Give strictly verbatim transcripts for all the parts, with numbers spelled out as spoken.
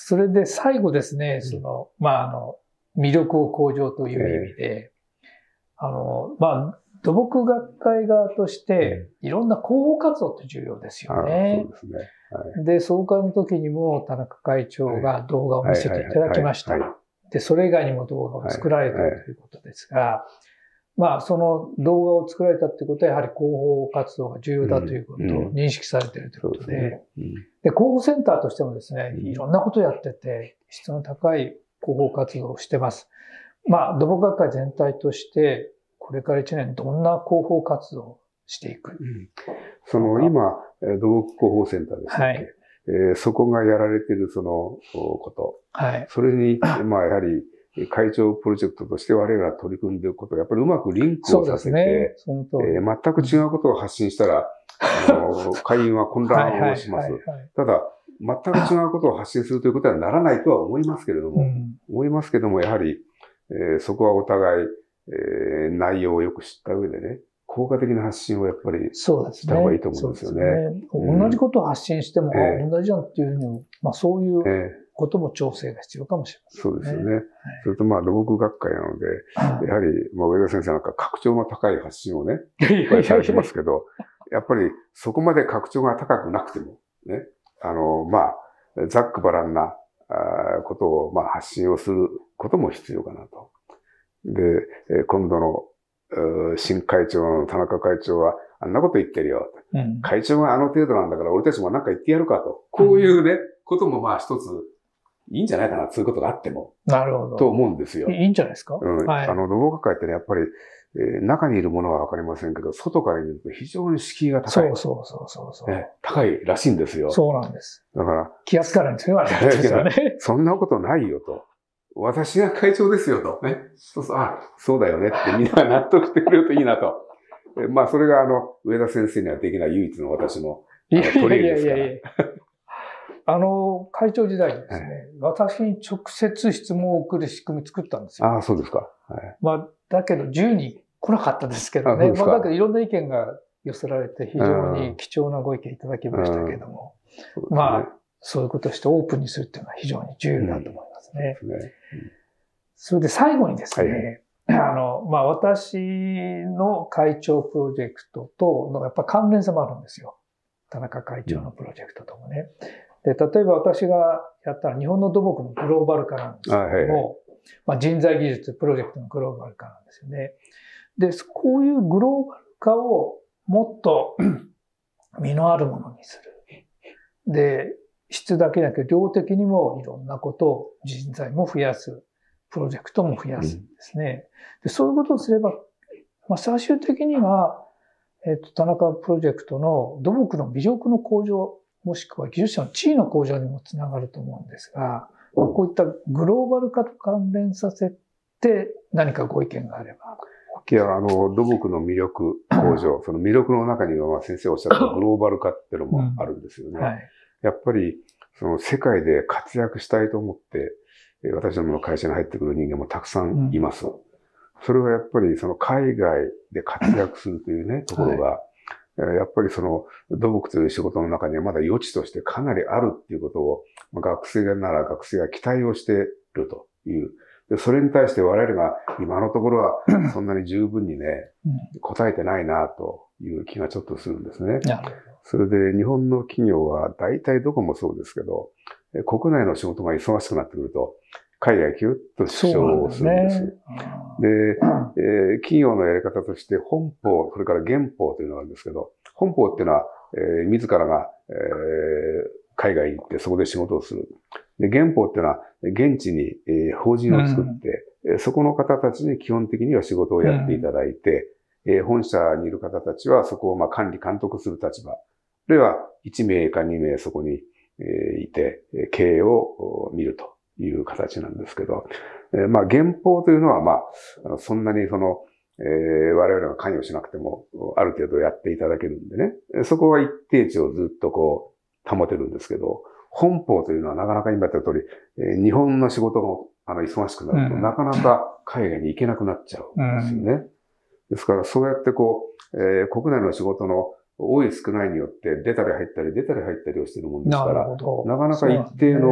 それで最後ですね、その、まあ、あの、魅力を向上という意味で、あの、まあ、土木学会側として、いろんな広報活動って重要ですよね。 そうですね。はい、 で、総会の時にも田中会長が動画を見せていただきました。で、それ以外にも動画を作られたということですが、まあ、その動画を作られたということは、やはり広報活動が重要だということを認識されているということで、で、広報センターとしてもですね、いろんなことをやってて、質の高い広報活動をしてます。まあ、土木学会全体として、これからいちねんどんな広報活動をしていく、うん、 その今、土木広報センターですね、はいえー、そこがやられているそのこと、はい、それに、まあやはり会長プロジェクトとして我々が取り組んでいることをやっぱりうまくリンクをさせて、ねえー、全く違うことを発信したら、あの会員は混乱をします。ただ、全く違うことを発信するということにはならないとは思いますけれども、うん、思いますけども、やはり、えー、そこはお互い、えー、内容をよく知った上でね、効果的な発信をやっぱりした方がいいと思うんですよね。 ねうん、同じことを発信しても、えー、同じじゃんっていうふうに、まあそういうことも調整が必要かもしれませんね。 そうですよね。はい、それとまあ土木学会なので、やはり、まあ上田先生なんか格調の高い発信をね、いっぱいされてますけど、やっぱりそこまで格調が高くなくても、ね、あの、まあ、ざっくばらんなことを、まあ発信をすることも必要かなと。で、今度の新会長の田中会長は、あんなこと言ってるよ。うん、会長があの程度なんだから俺たちもなんか言ってやるかと。こういうね、うん、こともまあ一ついいんじゃないかな、そういうことがあっても。 なるほど。 と思うんですよ。 いいんじゃないですか、 うんはい、あの、土木学会ってね、やっぱり、えー、中にいるものはわかりませんけど、外から見ると非常に敷居が高い。 そうそうそうそうそう、 ね。高いらしいんですよ。 そうなんです。 だから。 気がつかないんですよ、あれですよね。 そんなことないよと。私が会長ですよと。ね。そうそう、あ、そうだよねってみんな納得してくれるといいなと。まあ、それがあの、上田先生にはできない唯一の私の取り柄ですから。いやいやいやいやあの、会長時代にですね、はい、私に直接質問を送る仕組み作ったんですよ。 ああ、そうですか。はい、 まあ、だけどじゅうにん来なかったですけどね。まあ、だけどいろんな意見が寄せられて非常に貴重なご意見いただきましたけれども、ね、まあ、そういうことをしてオープンにするっていうのは非常に重要だと思いますね。うん、そうですね。うん、それで最後にですね、はい、あの、まあ、私の会長プロジェクトとのやっぱ関連性もあるんですよ。田中会長のプロジェクトともね。で、例えば私がやったら日本の土木のグローバル化なんですけども、はいはい、まあ、人材技術プロジェクトのグローバル化なんですよね。で、こういうグローバル化をもっと実のあるものにする。で、質だけだけど量的にもいろんなことを人材も増やす。プロジェクトも増やすんですね。で、そういうことをすれば、まあ、最終的には、えっと、田中プロジェクトの土木の魅力の向上、もしくは技術者の地位の向上にもつながると思うんですが、こういったグローバル化と関連させて何かご意見があれば。 いや、あの、土木の魅力向上、その魅力の中には、まあ、先生おっしゃったグローバル化っていうのもあるんですよね。うんはい、やっぱり、その世界で活躍したいと思って、私どもの会社に入ってくる人間もたくさんいます。うん、それはやっぱりその海外で活躍するというね、ところが、はいやっぱりその土木という仕事の中にはまだ余地としてかなりあるっていうことを学生なら学生が期待をしているという。で、それに対して我々が今のところはそんなに十分にね、答えてないなという気がちょっとするんですね。それで日本の企業は大体どこもそうですけど、国内の仕事が忙しくなってくると、海外キュッと縮小するんです。で、ねえー、企業のやり方として本法、それから原法というのがあるんですけど、本法っていうのは、えー、自らが、えー、海外に行ってそこで仕事をする。で、原法っていうのは現地に、えー、法人を作って、うん、そこの方たちに基本的には仕事をやっていただいて、うんえー、本社にいる方たちはそこをまあ管理監督する立場。あるいはいち名かに名そこに、えー、いて、経営を見ると。いう形なんですけど、えー、まあ原法というのはまあ、そんなにその、えー、我々が関与しなくても、ある程度やっていただけるんでね、そこは一定値をずっとこう、保てるんですけど、本法というのはなかなか今言った通り、えー、日本の仕事の、あの、忙しくなると、うん、なかなか海外に行けなくなっちゃうんですよね。うん、ですから、そうやってこう、えー、国内の仕事の多い少ないによって出たり入ったり出たり入ったりをしているもんですから、なかなか一定の、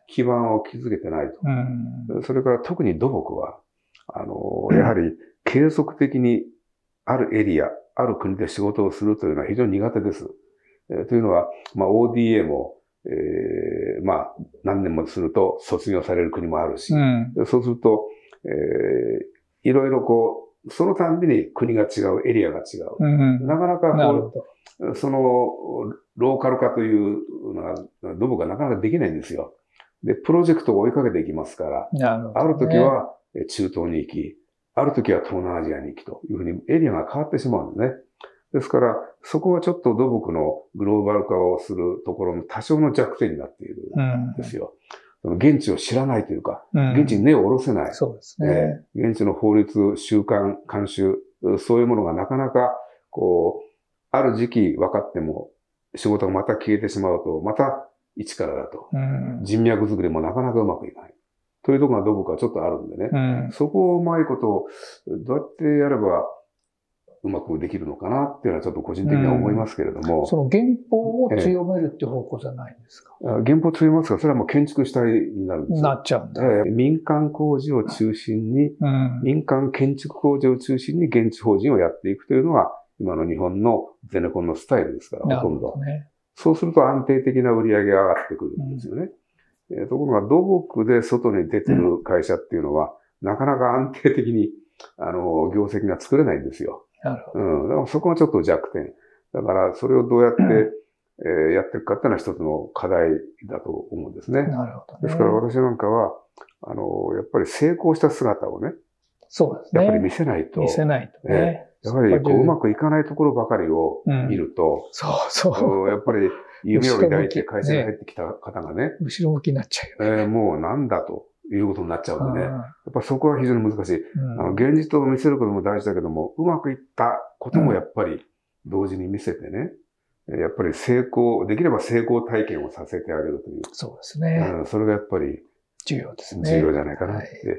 基盤を築けてないと。 うん、 それから特に土木は、あの、やはり継続的にあるエリア、ある国で仕事をするというのは非常に苦手です。えー、というのは、まあ オーディーエー も、えー、まあ何年もすると卒業される国もあるし、うん、そうすると、えー、いろいろこう、そのたんびに国が違う、エリアが違う。うん、なかなかこう、その、ローカル化というのが、土木がなかなかできないんですよ。で、プロジェクトを追いかけていきますから、なるほどね、ある時は中東に行き、ある時は東南アジアに行きというふうにエリアが変わってしまうんですね。ですから、そこはちょっと土木のグローバル化をするところの多少の弱点になっているんですよ。うん、現地を知らないというか、うん、現地に根を下ろせない。 そうですね、 えー。現地の法律、習慣、慣習、そういうものがなかなか、こう、ある時期分かっても仕事がまた消えてしまうと、また一からだと。うん、人脈作りもなかなかうまくいかない。というところが土木はちょっとあるんでね。うん、そこをうまいことを、どうやってやればうまくできるのかなっていうのはちょっと個人的には思いますけれども。 うん、その原法を強めるっていう方向じゃないんですか？ えー、原法を強めますが、それはもう建築主体になるんですよ。 なっちゃうんだ。 えー、民間工事を中心に、うん、民間建築工事を中心に現地法人をやっていくというのが、今の日本のゼネコンのスタイルですから、ほとんど。ね、そうすると安定的な売り上げが上がってくるんですよね。うん、えー、ところが土木で外に出てる会社っていうのは、うん、なかなか安定的に、あの、業績が作れないんですよ。なるほど。うん。だからそこがちょっと弱点。だからそれをどうやって、うん、えー、やっていくかっていうのは一つの課題だと思うんですね。 なるほどね。 ですから私なんかは、あの、やっぱり成功した姿をね、 そうですね。 やっぱり見せないと。 見せないとね。 えー、やはりこううまくいかないところばかりを見ると、うん、 そうそう。 やっぱり夢を抱いて会社に入ってきた方がね、 後ろ向きになっちゃうよね。えー、もうなんだということになっちゃうんでね。やっぱそこは非常に難しい。うん、あの現実を見せることも大事だけども、うまくいったこともやっぱり同時に見せてね、うん、やっぱり成功、できれば成功体験をさせてあげるという。 そうですね。 うん、それがやっぱり重要ですね。 重要じゃないかなって。はい、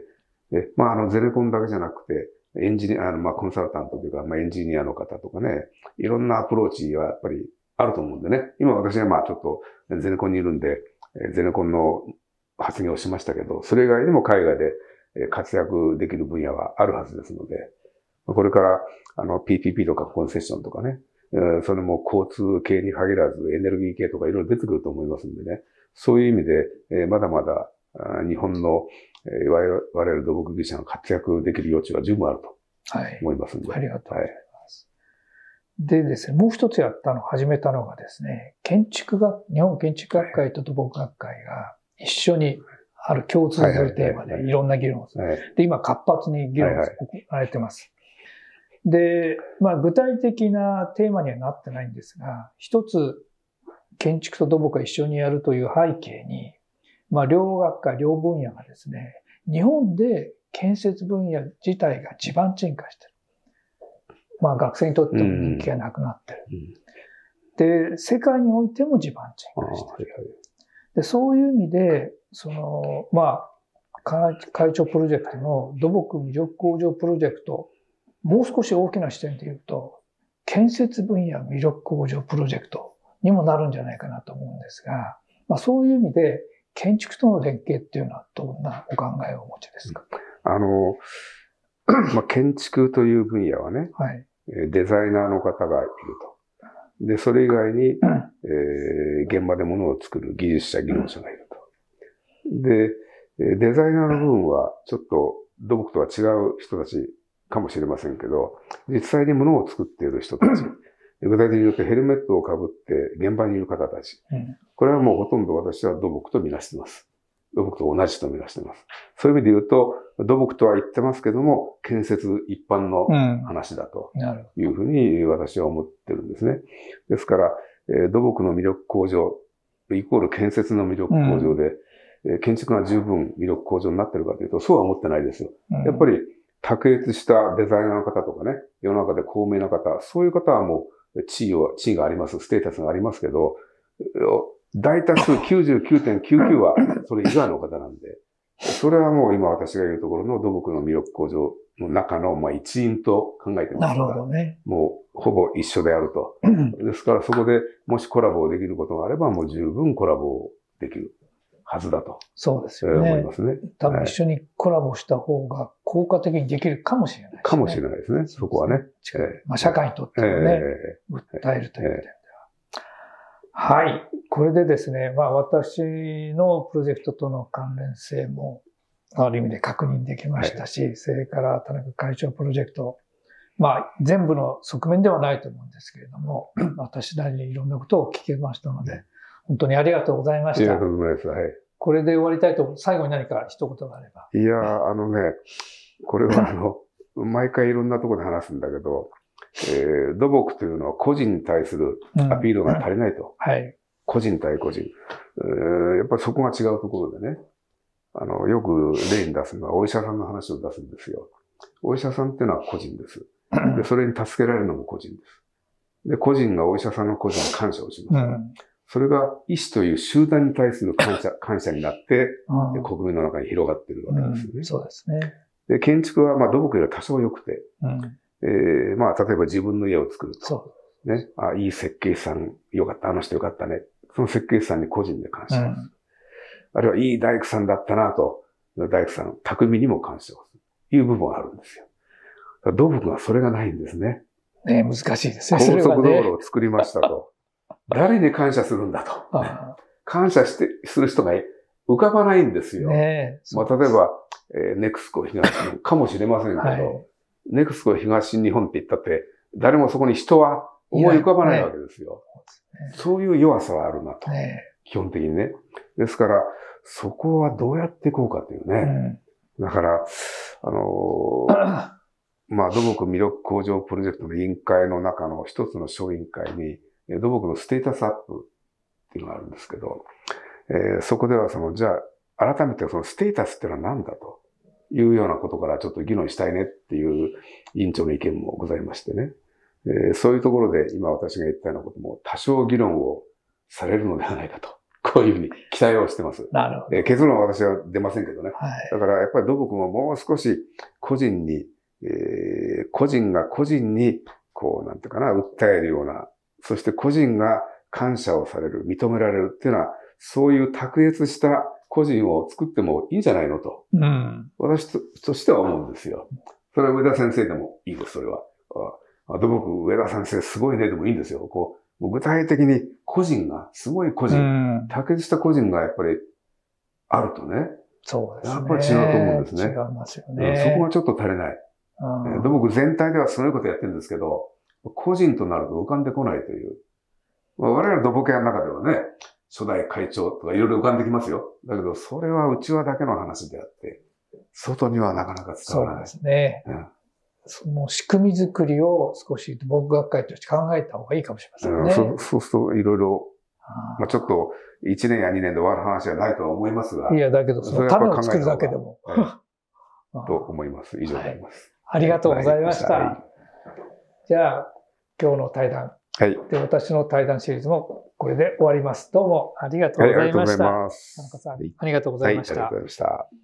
で、まあ、あの、ゼネコンだけじゃなくて、エンジニア、あの、まあ、コンサルタントというか、まあ、エンジニアの方とかね、いろんなアプローチはやっぱりあると思うんでね。今私はまあ、ちょっとゼネコンにいるんで、ゼネコンの発言をしましたけど、それ以外にも海外で活躍できる分野はあるはずですので、これから、あの、ピーティーピー とかコンセッションとかね、それも交通系に限らずエネルギー系とかいろいろ出てくると思いますんでね。そういう意味で、まだまだ日本の我々土木技師が活躍できる余地は十分あると思いますので。 はい、ありがとうございます。はい、でですね、もう一つやったの、始めたのがですね、建築学、日本建築学会と土木学会が一緒にある共通するテーマでいろんな議論をする。で、今活発に議論されてます。で、まあ具体的なテーマにはなってないんですが、一つ建築と土木が一緒にやるという背景に、まあ両学科、両分野がですね、日本で建設分野自体が地盤沈下してる。まあ学生にとっても人気がなくなってる。で、世界においても地盤沈下してる。で、そういう意味で、その、まあ、会長プロジェクトの土木魅力向上プロジェクト、もう少し大きな視点で言うと、建設分野魅力向上プロジェクトにもなるんじゃないかなと思うんですが、まあそういう意味で、建築との連携っていうのはどんなお考えをお持ちですか？ あの、まあ、建築という分野はね、はい、デザイナーの方がいると。で、それ以外に、うんえー、現場で物を作る技術者、技能者がいると。で、デザイナーの部分はちょっと土木とは違う人たちかもしれませんけど、実際に物を作っている人たち、具体的に言うとヘルメットをかぶって現場にいる方たち、うん、これはもうほとんど私は土木とみなしています。土木と同じとみなしています。そういう意味で言うと、土木とは言ってますけども、建設一般の話だというふうに私は思ってるんですね。ですから、えー、土木の魅力向上、イコール建設の魅力向上で、うん、建築が十分魅力向上になってるかというと、そうは思ってないですよ。うん、やっぱり卓越したデザイナーの方とかね、世の中で高名な方、そういう方はもう地位を、地位があります、ステータスがありますけど、大多数 きゅうじゅうきゅうてんきゅうきゅう はそれ以外の方なんで、それはもう今私が言うところの土木の魅力向上の中のまあ一員と考えてますから。 なるほどね。 もうほぼ一緒であると。ですからそこでもしコラボできることがあればもう十分コラボできる。 はずだと。 そうですよね。 思いますね。 多分一緒にコラボした方が効果的にできるかもしれないですね。 かもしれないですね、そこはね。 まあ、社会にとってもね、訴えるという点では。はい。これでですね、まあ私のプロジェクトとの関連性もある意味で確認できましたし、はい、それから田中会長プロジェクト、まあ全部の側面ではないと思うんですけれども、私なりにいろんなことを聞けましたので、本当にありがとうございました。 ありがとうございます。はい。 これで終わりたいと思う。最後に何か一言があれば。 いやー、あのね、これはあの、毎回いろんなところで話すんだけど、えー、土木というのは個人に対するアピールが足りないと。うん、はい。個人対個人、えー。やっぱりそこが違うところでね。あの、よく例に出すのはお医者さんの話を出すんですよ。お医者さんっていうのは個人です。で、それに助けられるのも個人です。で、個人がお医者さんの個人に感謝をします。うん、それが医師という集団に対する感謝、感謝になって、うん、国民の中に広がっているわけですよね。 うん、そうですね。 で、建築はまあ土木よりは多少良くて、うんえー、まあ、例えば自分の家を作ると。そう。ね。あ、いい設計士さん、よかった、あの人よかったね。その設計士さんに個人で感謝をする。うん、あるいは、いい大工さんだったなと、大工さん、匠にも感謝をする。いう部分があるんですよ。土木はそれがないんですね。 ね、難しいですね。 高速道路を作りましたと。誰に感謝するんだと。感謝して、する人が浮かばないんですよ。ね、まあ、例えば、えー、ネクスコ東日本かもしれませんけど、はい、ネクスコ東日本って言ったって、誰もそこに人は思い浮かばないわけですよ。ね、そういう弱さはあるなと。ね、基本的にね。ですから、そこはどうやっていこうかというね。うん、だから、あのー、まあ、土木魅力向上プロジェクトの委員会の中の一つの小委員会に、土木のステータスアップっていうのがあるんですけど、えー、そこではその、じゃあ、改めてそのステータスっていうのは何だというようなことからちょっと議論したいねっていう委員長の意見もございましてね。えー、そういうところで今私が言ったようなことも多少議論をされるのではないかと。こういうふうに期待をしてます。 なるほど。 えー、結論は私は出ませんけどね。はい、だからやっぱり土木ももう少し個人に、えー、個人が個人にこうなんていうかな、訴えるような、そして個人が感謝をされる、認められるっていうのは、そういう卓越した個人を作ってもいいんじゃないのと。うん、私 と, としては思うんですよ。それは上田先生でもいいです、それは。あ土木上田先生すごいねでもいいんですよ。こう具体的に個人が、すごい個人、うん、卓越した個人がやっぱりあるとね。 そうですね。 やっぱり違うと思うんですね。 違いますよね。 そこがちょっと足りない。土木全体ではすごいことやってるんですけど、個人となると浮かんでこないという。まあ、我々土木屋の中ではね、初代会長とかいろいろ浮かんできますよ。だけど、それは内輪だけの話であって、外にはなかなか伝わらない。 そうですね。うん、その仕組み作りを少し土木学会として考えた方がいいかもしれませんね。 うん、そう、そうするといろいろ、まあちょっといちねんやにねんで終わる話じゃないとは思いますが。 いや、だけど、その種を作るだけでも。 と思います。以上になります、 はい。ありがとうございました。はい、じゃあ、今日の対談。はい。で、私の対談シリーズもこれで終わります。どうもありがとうございました。はい、ありがとうございます。田中さん、ありがとうございました。 はい、ありがとうございました。